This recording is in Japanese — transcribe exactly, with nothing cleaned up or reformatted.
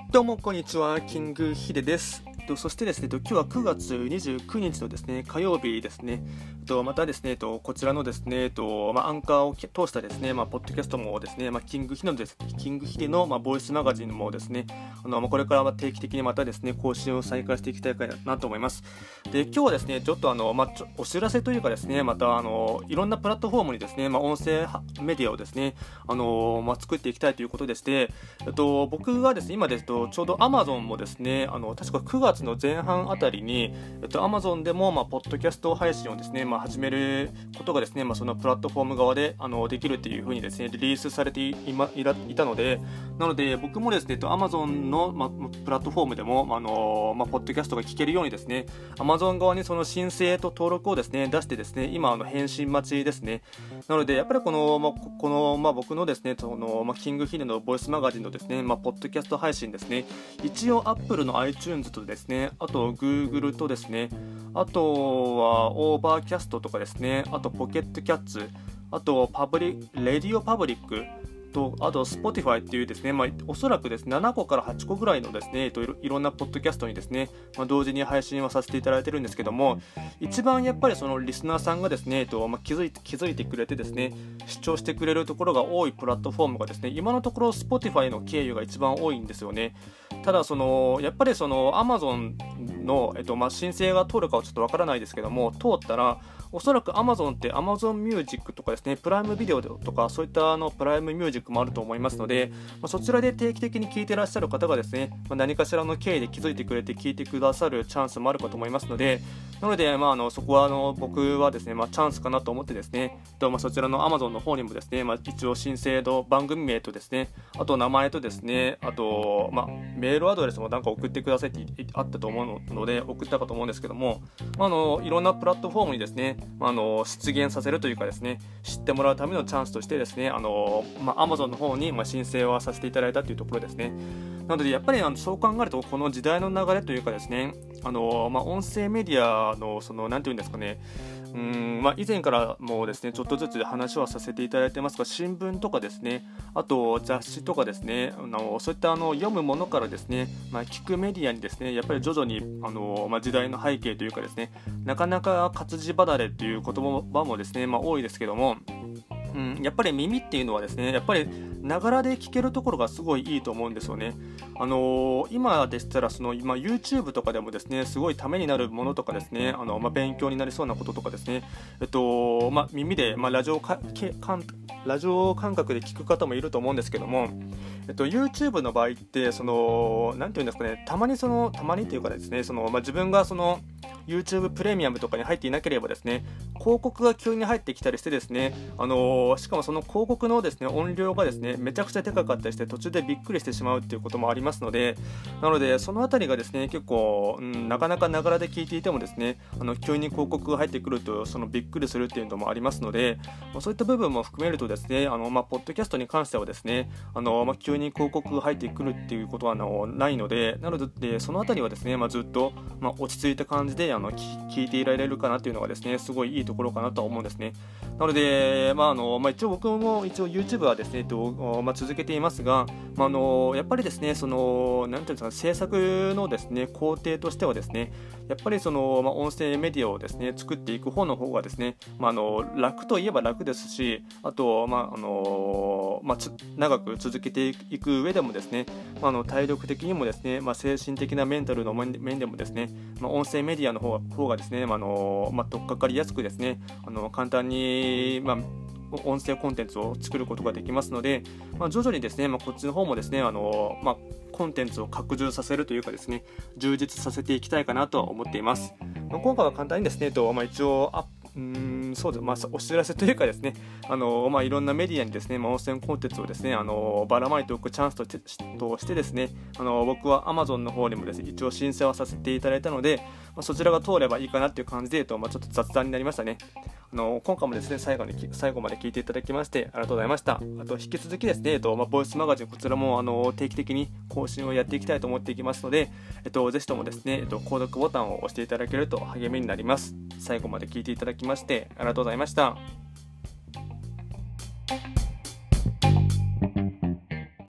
どうもこんにちは、キングヒデです。そしてですね、今日はくがつにじゅうくにちのですね、火曜日ですね。またですね、こちらのですね、まあ、アンカーを通したですね、まあ、ポッドキャストもですね、まあ、キングヒデのです、キングヒデのまあボイスマガジンもですね、あのまあこれからは定期的にまたですね、更新を再開していきたいかなと思います。で、今日はですね、ちょっとあのまあちょお知らせというかですね、またあのいろんなプラットフォームにですね、まあ、音声メディアをですね、あのまあ、作っていきたいということでして、えっと僕がですね、今ですとちょうど Amazon もですね、あの確かくがつの前半あたりに、えっと、Amazon でも、まあ、ポッドキャスト配信をですね、まあ、始めることがですね、まあ、そのプラットフォーム側であのできるっていう風にですね、リリースされて い, い, いたので、なので僕もですね、Amazon の、まあ、プラットフォームでも、あのまあ、ポッドキャストが聞けるようにですね、Amazon 側にその申請と登録をですね、出してですね、今あの返信待ちですね。なのでやっぱりこの、まあ、この、まあ、僕のですね、その、まあ、キングヒデのボイスマガジンのですね、まあ、ポッドキャスト配信ですね、一応 Apple の iTunes とですね、あと Google とですね、あとはオーバーキャストとかですね、あとポケットキャッツ、あとパブリレディオパブリックと、あと Spotify っていうですね、まあ、おそらくですね、ななこからはっこぐらいのですね、いろいろんなポッドキャストにですね、まあ、同時に配信はさせていただいてるんですけども、一番やっぱりそのリスナーさんがですね、とまあ、気づいて気づいてくれてですね、視聴してくれるところが多いプラットフォームがですね、今のところ Spotify の経由が一番多いんですよね。ただそのやっぱりその Amazon の、えっとまあ、申請が通るかはちょっとわからないですけども、通ったらおそらく Amazon って Amazon Music とかですね、プライムビデオとかそういったあのプライムミュージックもあると思いますので、まあ、そちらで定期的に聞いていらっしゃる方がですね、まあ、何かしらの経緯で気づいてくれて聞いてくださるチャンスもあるかと思いますので、なので、まあ、あのそこはあの僕はですね、まあ、チャンスかなと思ってですね、とまあ、そちらの Amazon の方にもですね、まあ、一応申請と番組名とですね、あと名前とですね、あと、まあ、メールアドレスもなんか送ってくださいってあったと思うので送ったかと思うんですけども、まあ、あのいろんなプラットフォームにですね、まあ、あの出現させるというかですね、知ってもらうためのチャンスとしてですね、あの、まあ、Amazon の方にまあ申請をさせていただいたというところですね。なのでやっぱりあのそう考えると、この時代の流れというかですね、あの、まあ、音声メディアのそのなんていうんですかね、うーんまあ、以前からもですねちょっとずつ話はさせていただいてますが、新聞とかですね、あと雑誌とかですね、あのそういったあの読むものからですね、まあ、聞くメディアにですね、やっぱり徐々にあの、まあ、時代の背景というかですね、なかなか活字離れという言葉もですね、まあ、多いですけども、うん、やっぱり耳っていうのはですね、やっぱりながらで聞けるところがすごいいいと思うんですよね。あのー、今でしたらその今 YouTube とかでもですね、すごいためになるものとかですね、あのまあ、勉強になりそうなこととかですね、えっとまあ、耳で、まあ、ラジオかけかんラジオ感覚で聞く方もいると思うんですけども、えっと、YouTube の場合ってそのなんていうんですかね、たまにそのたまにというかですね、その、まあ、自分がそのYouTube プレミアムとかに入っていなければですね、広告が急に入ってきたりしてですね、あのー、しかもその広告のですね音量がですねめちゃくちゃ高かったりして途中でびっくりしてしまうっていうこともありますので、なのでそのあたりがですね結構、うん、なかなかながらで聞いていてもですね、あの急に広告が入ってくるとそのびっくりするっていうのもありますので、まあ、そういった部分も含めるとですね、あのまあポッドキャストに関してはですね、あのまあ急に広告が入ってくるっていうことはあのないので、なのでそのあたりはですね、まあ、ずっと、まあ、落ち着いた感じであの聞いていられるかなっていうのがですね、すごいいいところかなとは思うんですね。なので、まああのまあ、一応僕も一応 YouTube はですね、とまあ、続けていますが、まあ、あのやっぱりですね、そのなんていうんですか、制作のですね工程としてはですね、やっぱりその、まあ、音声メディアをですね作っていく方の方がですね、まあ、あの楽といえば楽ですし、あと、まああのまあ、長く続けていく上でもですね、まあ、あの体力的にもですね、まあ、精神的なメンタルの面でもですね、まあ、音声メディアの方が、方がですね、まああのまあ、取っかかりやすくですね、あの簡単に、まあ音声コンテンツを作ることができますので、まあ、徐々にですね、まあ、こっちの方もですね、あの、まあ、コンテンツを拡充させるというかですね、充実させていきたいかなと思っています。まあ、今回は簡単にですね、とまあ、一応あうーんそうです、まあ、お知らせというかですね、あの、まあ、いろんなメディアにですね、まあ、音声コンテンツをですね、あのばらまいておくチャンスとしてとしてですね、あの僕は Amazon の方にもですね、一応申請をさせていただいたので、まあ、そちらが通ればいいかなっていう感じで、とまあ、ちょっと雑談になりましたね。あの今回もですね、最後に最後まで聞いていただきましてありがとうございました。あと引き続きですね、えっとまあ、ボイスマガジン、こちらもあの定期的に更新をやっていきたいと思っていきますので、えっと、ぜひともですね、えっと、購読ボタンを押していただけると励みになります。最後まで聞いていただきましてありがとうございました。